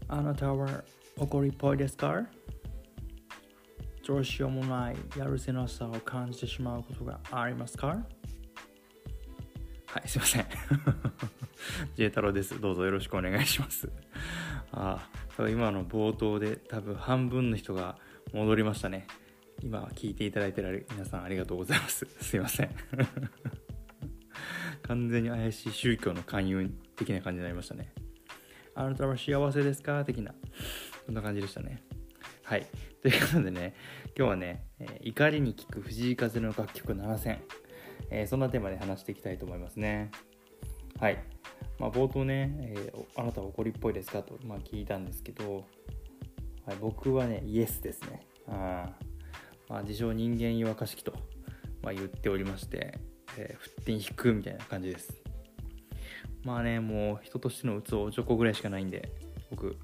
あなたは怒りっぽいですか？どうしようもないやるせなさを感じてしまうことがありますか？はい、すいません。J 太郎です。どうぞよろしくお願いします。今の冒頭で多分半分の人が戻りましたね。今聞いていただいている皆さんありがとうございます。すいません。完全に怪しい宗教の勧誘的な感じになりましたね。あなたは幸せですか？的な、そんな感じでしたね。はい。ということでね、今日はね、怒りに効く藤井風の楽曲7選、そんなテーマで話していきたいと思いますね。はい。冒頭ね、あなたは怒りっぽいですかと、聞いたんですけど、はい、僕はね、イエスですね。自称人間湯沸かし器と、言っておりまして、沸点引くみたいな感じです。もう人としての器おちょこぐらいしかないんで、僕、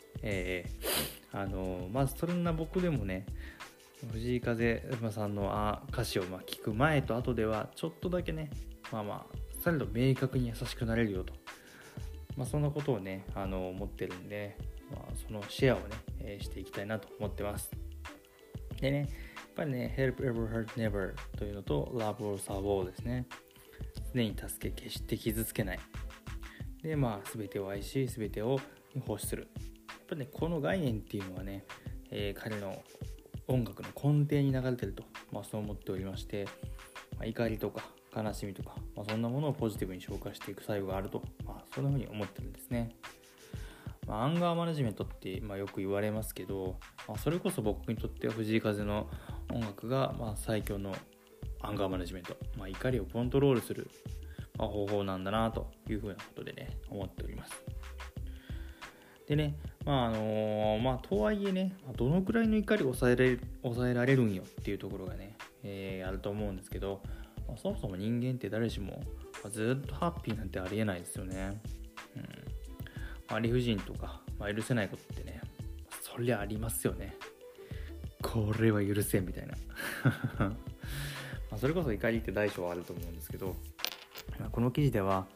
まずそんな僕でもね、藤井風さんの歌詞を聞く前と後ではちょっとだけね、されど明確に優しくなれるよと、そんなことをね、思ってるんで、そのシェアをね、していきたいなと思ってます。でね、やっぱりね、Help Ever Hurt Never というのと Love or Serve All ですね。常に助け、決して傷つけない。で、全てを愛し、全てを欲する。やっぱりね、この概念っていうのはね、彼の音楽の根底に流れてると、そう思っておりまして、怒りとか悲しみとか、そんなものをポジティブに消化していく作用があると、そんな風に思ってるんですね。アンガーマネジメントって、よく言われますけど、それこそ僕にとっては藤井風の音楽が、最強のアンガーマネジメント、怒りをコントロールする、方法なんだなというふうなことでね、思っております。でね、とはいえね、どのくらいの怒りを抑えられるんよっていうところがね、あると思うんですけど、そもそも人間って誰しも、ずっとハッピーなんてありえないですよね。理不尽とか、許せないことってね、そりゃありますよね。これは許せんみたいな。それこそ怒りって大小あると思うんですけど、この記事は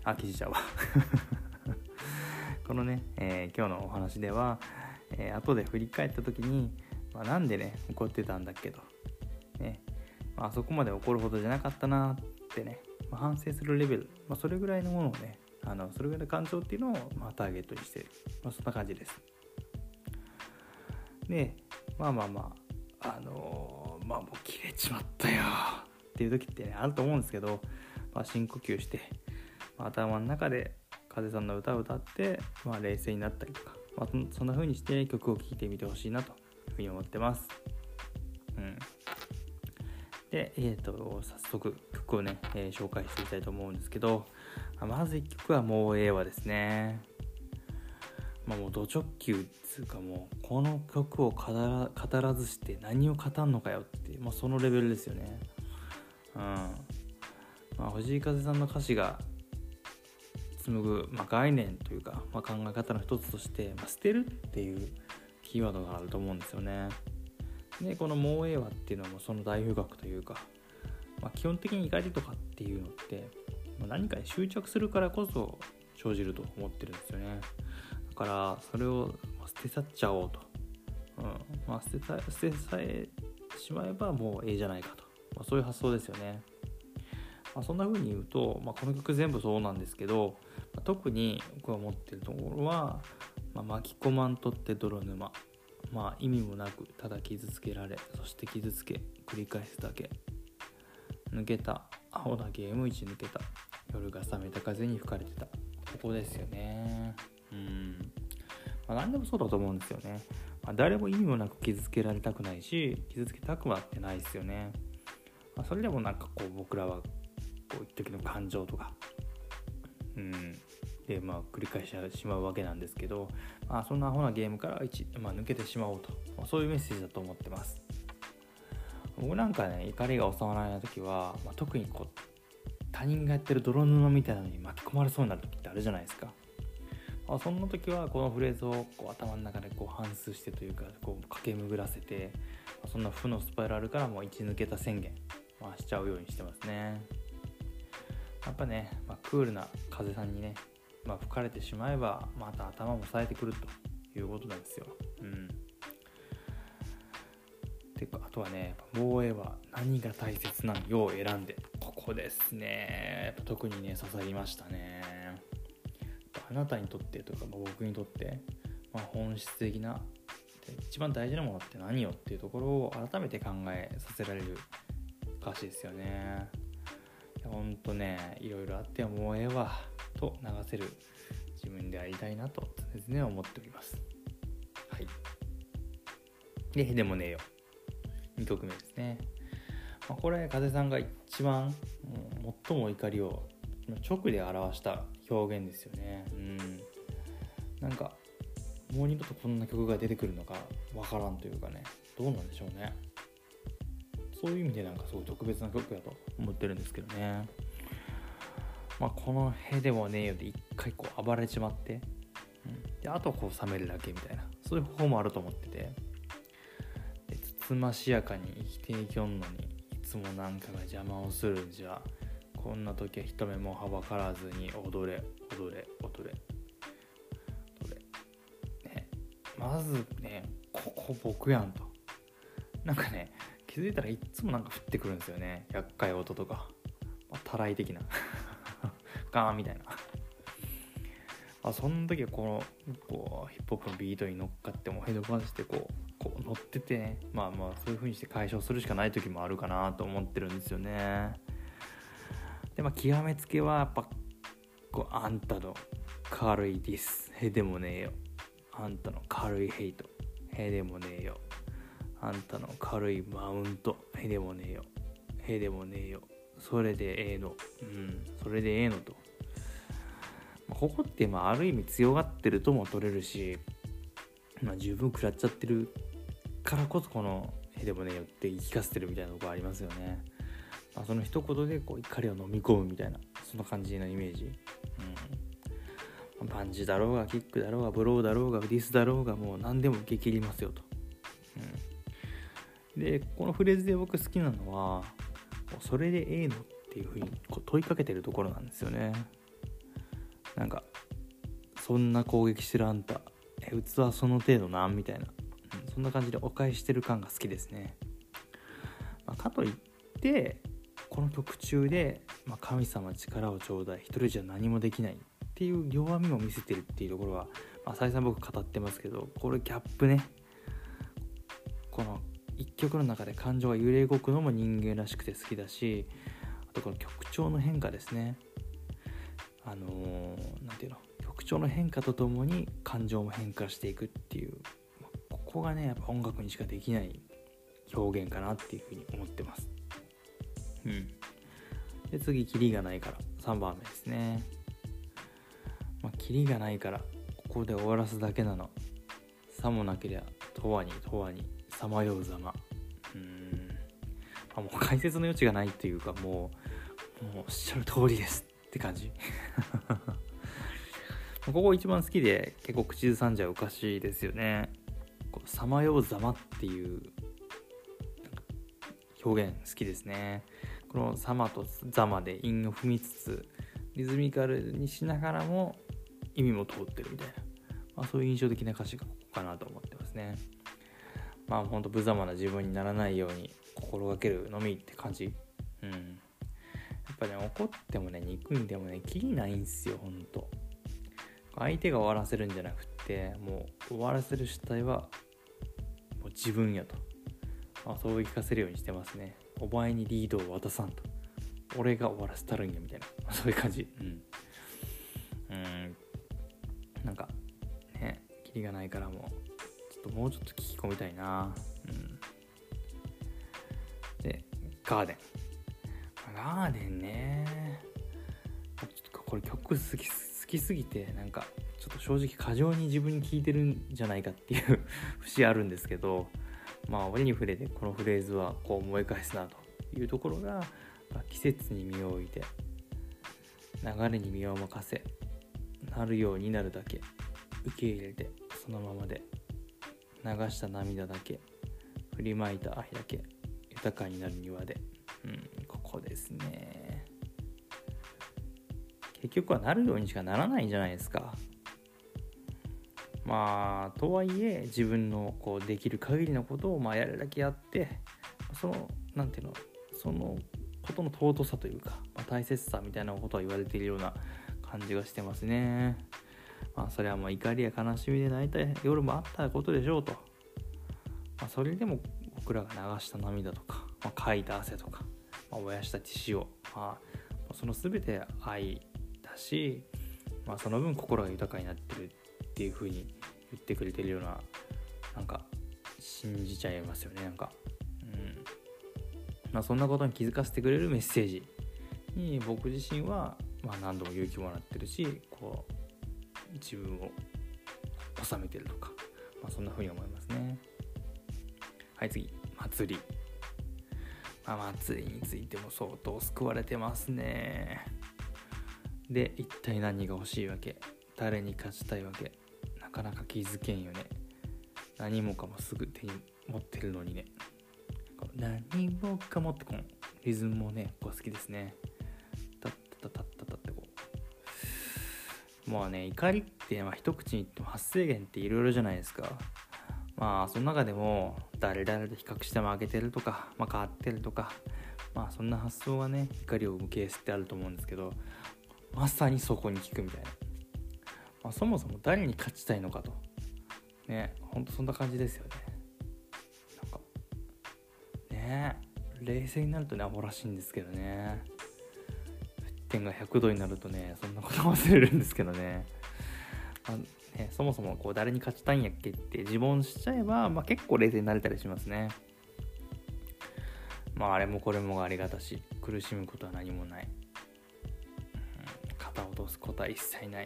このね、今日のお話では、後で振り返った時に、なんでね怒ってたんだっけと、ね、そこまで怒るほどじゃなかったなってね、反省するレベル、それぐらいのものをね、それぐらいの感情っていうのを、ターゲットにしている、そんな感じです。で、もう切れちまったよっていう時ってねあると思うんですけど、深呼吸して、頭の中で風さんの歌を歌って、冷静になったりとか、そんな風にして曲を聴いてみてほしいなというふうに思ってます。で、早速曲をね、紹介していきたいと思うんですけど、まず1曲はもうええわですね。もうド直球っていうか、もうこの曲を語らずして何を語んのかよって、そのレベルですよね。藤井風さんの歌詞が紡ぐ、概念というか、考え方の一つとして、捨てるっていうキーワードがあると思うんですよね。で、このもうええわっていうのはもうその代表格というか、基本的に怒りとかっていうのって何かに執着するからこそ生じると思ってるんですよね。だからそれを捨て去っちゃおうと、捨てさえしまえばもうええじゃないかと、そういう発想ですよね。そんな風に言うと、この曲全部そうなんですけど、特に僕が思っているところは、巻き込まんとって泥沼、意味もなくただ傷つけられ、そして傷つけ繰り返すだけ、抜けたアホなゲーム1抜けた、夜が冷めた風に吹かれてた、ここですよね。何でもそうだと思うんですよね。誰も意味もなく傷つけられたくないし、傷つけたくはってないですよね。それでも僕らは一時の感情とか、で繰り返してしまうわけなんですけど、そんなアホなゲームから抜けてしまおうと、そういうメッセージだと思ってます。僕なんかね、怒りが収まらない時は、特に他人がやってる泥沼みたいなのに巻き込まれそうになる時ってあるじゃないですか。そんな時はこのフレーズを頭の中で反芻してというか、駆け巡らせて、そんな負のスパイラルからも一抜けた宣言、しちゃうようにしてますね。やっぱね、クールな風さんにね、吹かれてしまえばまた頭も冴えてくると、 いうことなんですよ。てかあとはね、防衛は何が大切なのよを選んで、ここですね。やっぱ特にね刺さりましたね。あなたにとってとか、僕にとって、本質的な一番大事なものって何よっていうところを改めて考えさせられる歌詞ですよね。ほんとね、いろいろあってもうええわと流せる自分でありたいなと常々思っております。はい。でもねえよ、2曲目ですね。これ風さんが一番、最も怒りを直で表した表現ですよね。なんかもう二度とこんな曲が出てくるのかわからんというかね、どうなんでしょうね。そういう意味でなんかすごい特別な曲だと思ってるんですけどね。このへでもねえよで一回こう暴れちまって、であとこう冷めるだけみたいな、そういう方法もあると思ってて、でつつましやかに生きていきょんのにいつもなんかが邪魔をするんじゃ、こんな時は一目もはばからずに踊れ踊れ踊れね。まずね、ここ僕やんと、なんかね、気づいたらいつもなんか降ってくるんですよね、厄介音とか、たらい的なガーンみたいな。その時はこうヒップホップのビートに乗っかってもヘドバンしてこう乗っててね、そういう風にして解消するしかない時もあるかなと思ってるんですよね。で極めつけはやっぱあんたの軽いディスへでもねえよ、あんたの軽いヘイトへでもねえよ、あんたの軽いマウントへでもねえよへでもねえよ、それでええの、それでええのと、ここってある意味強がってるとも取れるし、十分食らっちゃってるからこそこのへでもねえよって言い聞かせてるみたいなところありますよね。その一言でこう怒りを飲み込むみたいな、そんな感じのイメージ。パンチだろうがキックだろうがブローだろうがディスだろうがもう何でも受け切りますよと。でこのフレーズで僕好きなのは、それでええのっていう風にこう問いかけてるところなんですよね。なんかそんな攻撃してるあんた器その程度なんみたいな、そんな感じでお返ししてる感が好きですね。かといってこの曲中で、神様力をちょうだい、一人じゃ何もできないっていう弱みも見せてるっていうところは、再三僕語ってますけど、これギャップね。この一曲の中で感情が揺れ動くのも人間らしくて好きだし、あとこの曲調の変化ですね。なんていうの、曲調の変化とともに感情も変化していくっていう、ここがねやっぱ音楽にしかできない表現かなっていうふうに思ってます。で次キリがないから3番目ですね。キリがないからここで終わらすだけなの、さもなけりゃとわにさまようざま。もう解説の余地がないというか、もうおっしゃる通りですって感じここ一番好きで結構口ずさんじゃう歌詞ですよね。さまようざまっていう表現好きですね。このさまとざまで韻を踏みつつリズミカルにしながらも意味も通ってるみたいな、そういう印象的な歌詞がここかなと思ってますね。ほんと無様な自分にならないように心がけるのみって感じ。やっぱね、怒ってもね憎んでもねキリないんすよ。ほんと相手が終わらせるんじゃなくってもう終わらせる主体はもう自分やと、そう言い聞かせるようにしてますね。お前にリードを渡さんと、俺が終わらせたるんやみたいな、そういう感じ。なんかね、キリがないからもうちょっと聞き込みたいな。でガーデンね、ちょっとこれ曲好きすぎてなんかちょっと正直過剰に自分に聴いてるんじゃないかっていう節あるんですけど、折に触れてこのフレーズはこう思い返すなというところが、季節に身を置いて流れに身を任せなるようになるだけ、受け入れてそのままで流した涙だけ振りまいた愛だけ豊かになる庭で、ここですね。結局はなるようにしかならないんじゃないですか。 とはいえ自分のできる限りのことをやるだけやって、そのことの尊さというか、大切さみたいなことは言われているような感じがしてますね。それは怒りや悲しみで泣いた夜もあったことでしょうと。それでも僕らが流した涙とか、かいた汗とか、燃やした血潮、その全て愛だし、その分心が豊かになってるっていう風に言ってくれてるような、信じちゃいますよね。そんなことに気づかせてくれるメッセージに僕自身は何度も勇気もらってるし、自分を収めてるとか、そんな風に思いますね。はい、次、祭り。祭りについても相当救われてますね。で、一体何が欲しいわけ、誰に勝ちたいわけ、なかなか気づけんよね。何もかもすぐ手に持ってるのにね。何もかもってこのリズムもね好きですね。タッタタタッタタって怒りって一口に言っても発生源っていろいろじゃないですか。その中でも誰々と比較して負けてるとか、変わってるとか、そんな発想がね怒りを生むケースってあると思うんですけど、まさにそこに効くみたいな。そもそも誰に勝ちたいのかとね、ほんとそんな感じですよね。冷静になるとねアホらしいんですけどね。沸点が100度になるとねそんなこと忘れるんですけどね。そもそも誰に勝ちたいんやっけって自問しちゃえば、結構冷静になれたりしますね。あれもこれもがありがたし、苦しむことは何もない、肩を落とすことは一切ない。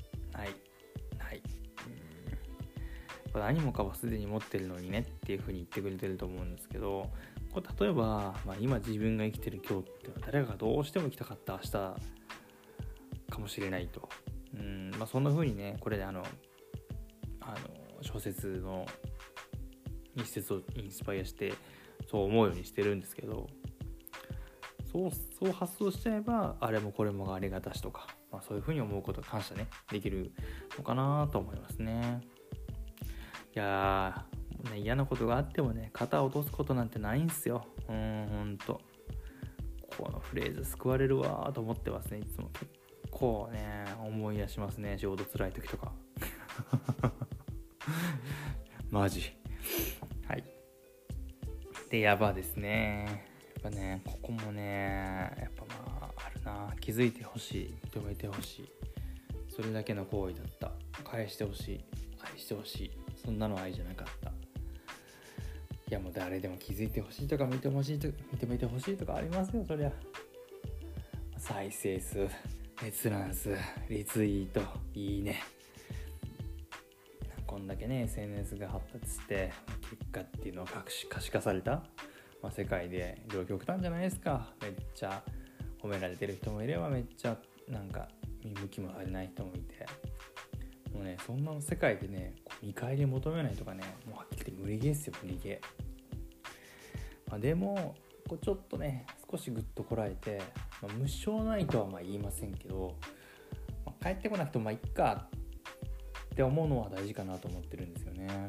何もかもすでに持ってるのにねっていう風に言ってくれてると思うんですけど、例えば、今自分が生きてる今日って誰かがどうしても生きたかった明日かもしれないと。そんな風にね、これで小説の一節をインスパイアしてそう思うようにしてるんですけど、そう発想しちゃえばあれもこれもがありがたしとか、そういう風に思うことが感謝ねできるのかなと思いますね。いやー、嫌なことがあってもね肩を落とすことなんてないんすよ。ほんとこのフレーズ救われるわーと思ってますね。いつも結構ね思い出しますね、仕事辛い時とかマジ。はい。でやばですね。やっぱねここもねやっぱあるな。気づいてほしい、認めてほしい、それだけの行為だった、返してほしい、愛してほしい、そんなの愛じゃなかった。いやもう誰でも気づいてほしいとか認めてほしいとかありますよ。そりゃ再生数、閲覧数、リツイート、いいね、こんだけね SNS が発達して結果っていうのを可視化された、世界で両極端じゃないですか。めっちゃ褒められてる人もいれば、めっちゃ見向きもされない人もいて、もうねそんな世界でね見返り求めないとかね、もうはっきり言って無理ゲーですよ、無理ゲー。でもちょっとね少しグッとこらえて、無償ないとは言いませんけど、帰ってこなくてもいっかって思うのは大事かなと思ってるんですよね。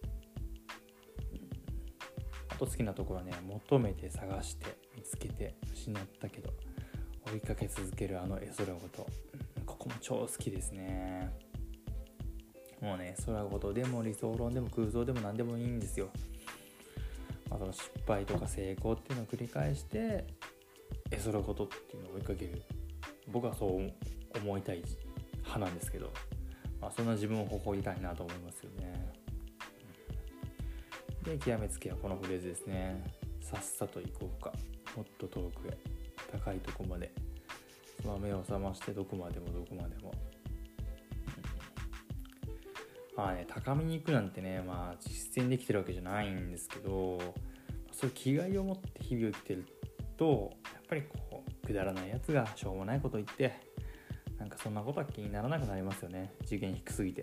あと好きなところはね、求めて探して見つけて失ったけど追いかけ続ける絵空事、ここも超好きですね。もうね空事でも理想論でも空想でも何でもいいんですよ。その失敗とか成功っていうのを繰り返して絵空事っていうのを追いかける、僕はそう思いたい派なんですけど、そんな自分を誇りたいなと思いますよね。で極めつけはこのフレーズですね。さっさと行こうか、もっと遠くへ、高いとこまで、目を覚ましてどこまでも。高みに行くなんてね、実践できてるわけじゃないんですけど、そういう気概を持って日々を生きてると、やっぱりくだらないやつがしょうもないこと言って、そんなことは気にならなくなりますよね。次元低すぎて。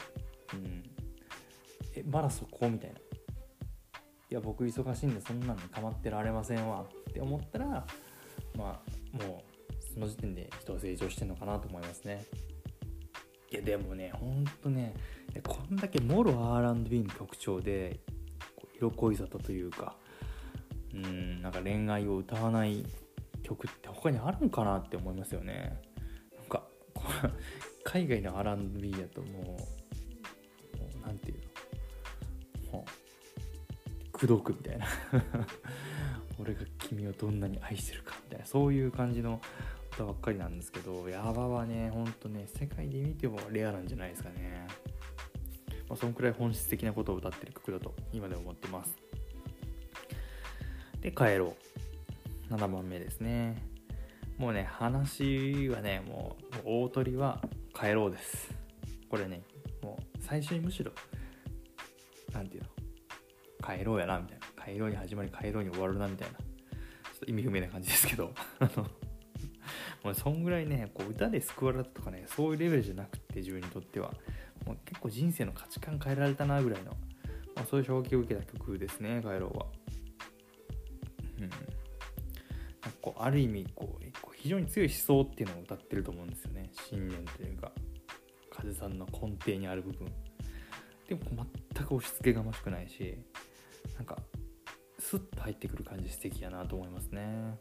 まだそこみたいな。いや僕忙しいんでそんなの構ってられませんわって思ったら、もうその時点で人は成長してるのかなと思いますね。いやでもねほんとねでこんだけもろ R&B の曲調で色恋沙汰というか、なんか恋愛を歌わない曲って他にあるんかなって思いますよね。なんか海外の R&B だともうなんていうの、もう口説くみたいな俺が君をどんなに愛してるかみたいな、そういう感じの歌ばっかりなんですけど、ヤバはねほんとね世界で見てもレアなんじゃないですかね。そのくらい本質的なことを歌ってる曲だと今でも思ってます。で帰ろう7番目ですね。もうね話はねもう大鳥は帰ろうです。これねもう最初にむしろなんていうの、帰ろうやなみたいな、帰ろうに始まり帰ろうに終わるなみたいな、ちょっと意味不明な感じですけどもうそんぐらいねこう歌で救われたとかねそういうレベルじゃなくて、自分にとってはもう結構人生の価値観変えられたなぐらいの、そういう衝撃を受けた曲ですね帰ろうは。なんかこうある意味こう非常に強い思想っていうのを歌ってると思うんですよね。信念というか風さんの根底にある部分でも全く押し付けがましくないし、なんかスッと入ってくる感じ素敵やなと思いますね。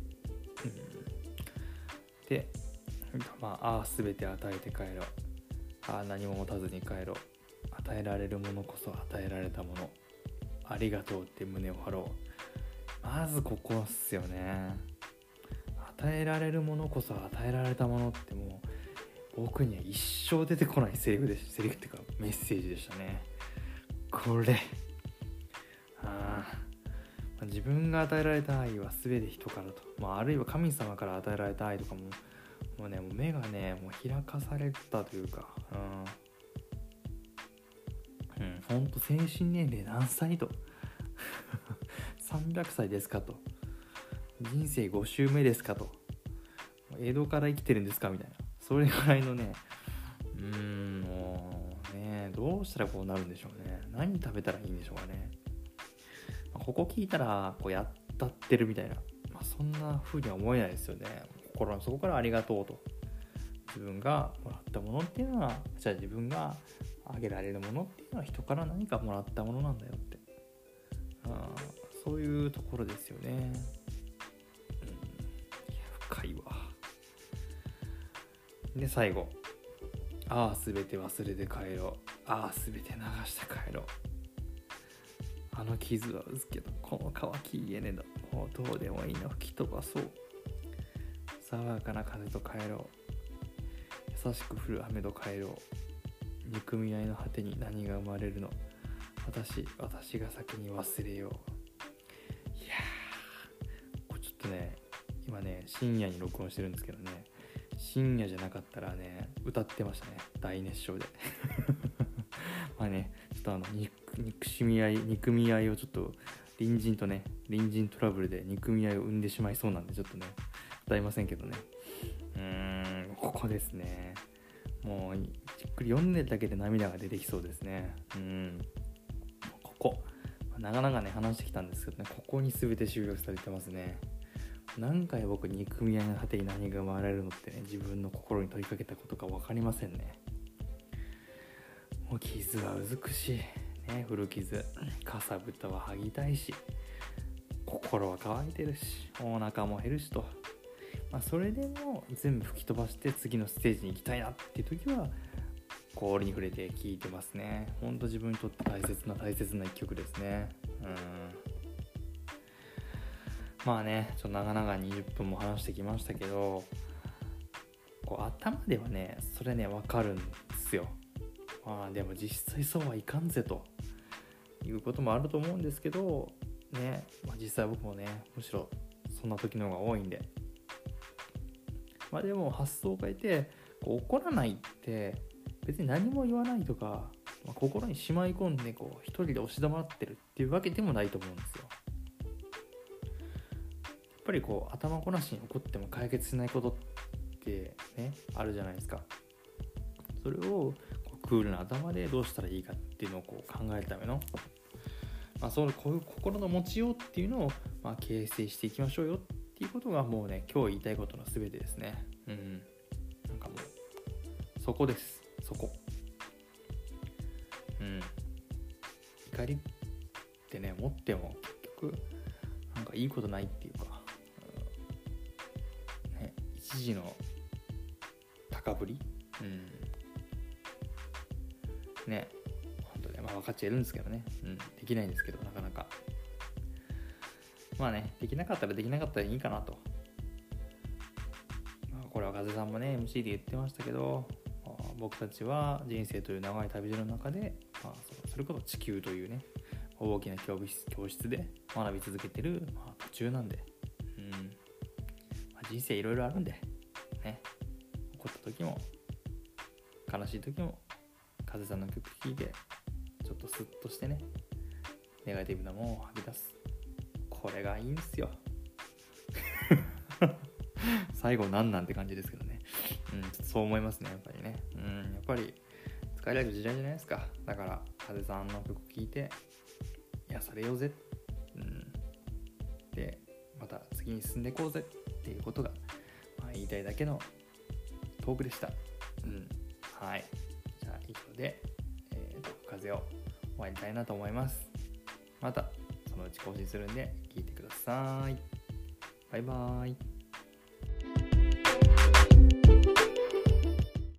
でああ全て与えて帰ろう、ああ何も持たずに帰ろう、与えられるものこそ与えられたもの、ありがとうって胸を張ろう。まずここっすよね。与えられるものこそ与えられたものってもう僕には一生出てこないセリフっていうかメッセージでしたね。これ自分が与えられた愛は全て人からと、あるいは神様から与えられた愛とかもうねもう目がねもう開かされたというか、ほんと精神年齢何歳と300歳ですかと、人生5周目ですかと、江戸から生きてるんですかみたいな、それぐらいのねもうねどうしたらこうなるんでしょうね。何食べたらいいんでしょうかね。ここ聞いたらこうやったってるみたいな、そんな風には思えないですよね。心の底からありがとうと、自分がもらったものっていうのはじゃあ自分があげられるものっていうのは人から何かもらったものなんだよって、そういうところですよね。いや深いわ。で最後、ああ全て忘れて帰ろう、ああ全て流して帰ろう、あの傷はうずけどこの乾き家ねだ、もうどうでもいいな吹き飛ばそう、爽やかな風と帰ろう、優しく降る雨と帰ろう、憎み合いの果てに何が生まれるの、私が先に忘れよう。いやーこれちょっとね今ね深夜に録音してるんですけどね、深夜じゃなかったらね歌ってましたね、大熱唱でちょっと憎み合いをちょっと隣人トラブルで憎み合いを生んでしまいそうなんでちょっとね歌いませんけどね。ここですね。もうじっくり読んでるだけで涙が出てきそうですね。ここ長々ね話してきたんですけどね、ここに全て集約されてますね。何回僕憎み合いの果てに何が生まれるのってね自分の心に問いかけたことか分かりませんね。もう傷はうずくしね、古傷かさぶたは剥ぎたいし心は乾いてるしお腹も減るしと、それでも全部吹き飛ばして次のステージに行きたいなっていう時は氷に触れて聴いてますね。ほんと自分にとって大切な一曲ですね。ちょっと長々20分も話してきましたけど、こう頭ではねそれね分かるんですよ。でも実際そうはいかんぜということもあると思うんですけどね、実際僕もねむしろそんな時の方が多いんで、でも発想を変えてこう怒らないって別に何も言わないとか、心にしまい込んでこう一人で押し黙ってるっていうわけでもないと思うんですよ。やっぱりこう頭ごなしに怒っても解決しないことってねあるじゃないですか。それをこうクールな頭でどうしたらいいかっていうのをこう考えるための、こういう心の持ちようっていうのを形成していきましょうよっていうことがもうね今日言いたいことの全てですね。なんかもうそこです。そこ怒りってね持っても結局なんかいいことないっていうか、ね、一時の高ぶり、ね、本当ね、まあ分かっちゃいるんですけどね、できないんですけどなかなか。まあね、できなかったらできなかったらいいかなと。まあ、これは風さんもね MC で言ってましたけど、僕たちは人生という長い旅路の中で、それこそ地球というね大きな教室で学び続けてる、途中なんで、人生いろいろあるんでね、怒った時も悲しい時も風さんの曲聴いてちょっとスッとしてね、ネガティブなものを吐き出す、これがいいんですよ最後なんて感じですけどね、ちょっとそう思いますね、やっぱりね、やっぱり疲れる時代じゃないですか。だから風さんの曲聴いて癒されようぜ、でまた次に進んでいこうぜっていうことが、言いたいだけのトークでした。はい、じゃあ以上で、風を終わりたいなと思います。またそのうち更新するんで聞いてください。バイバーイ。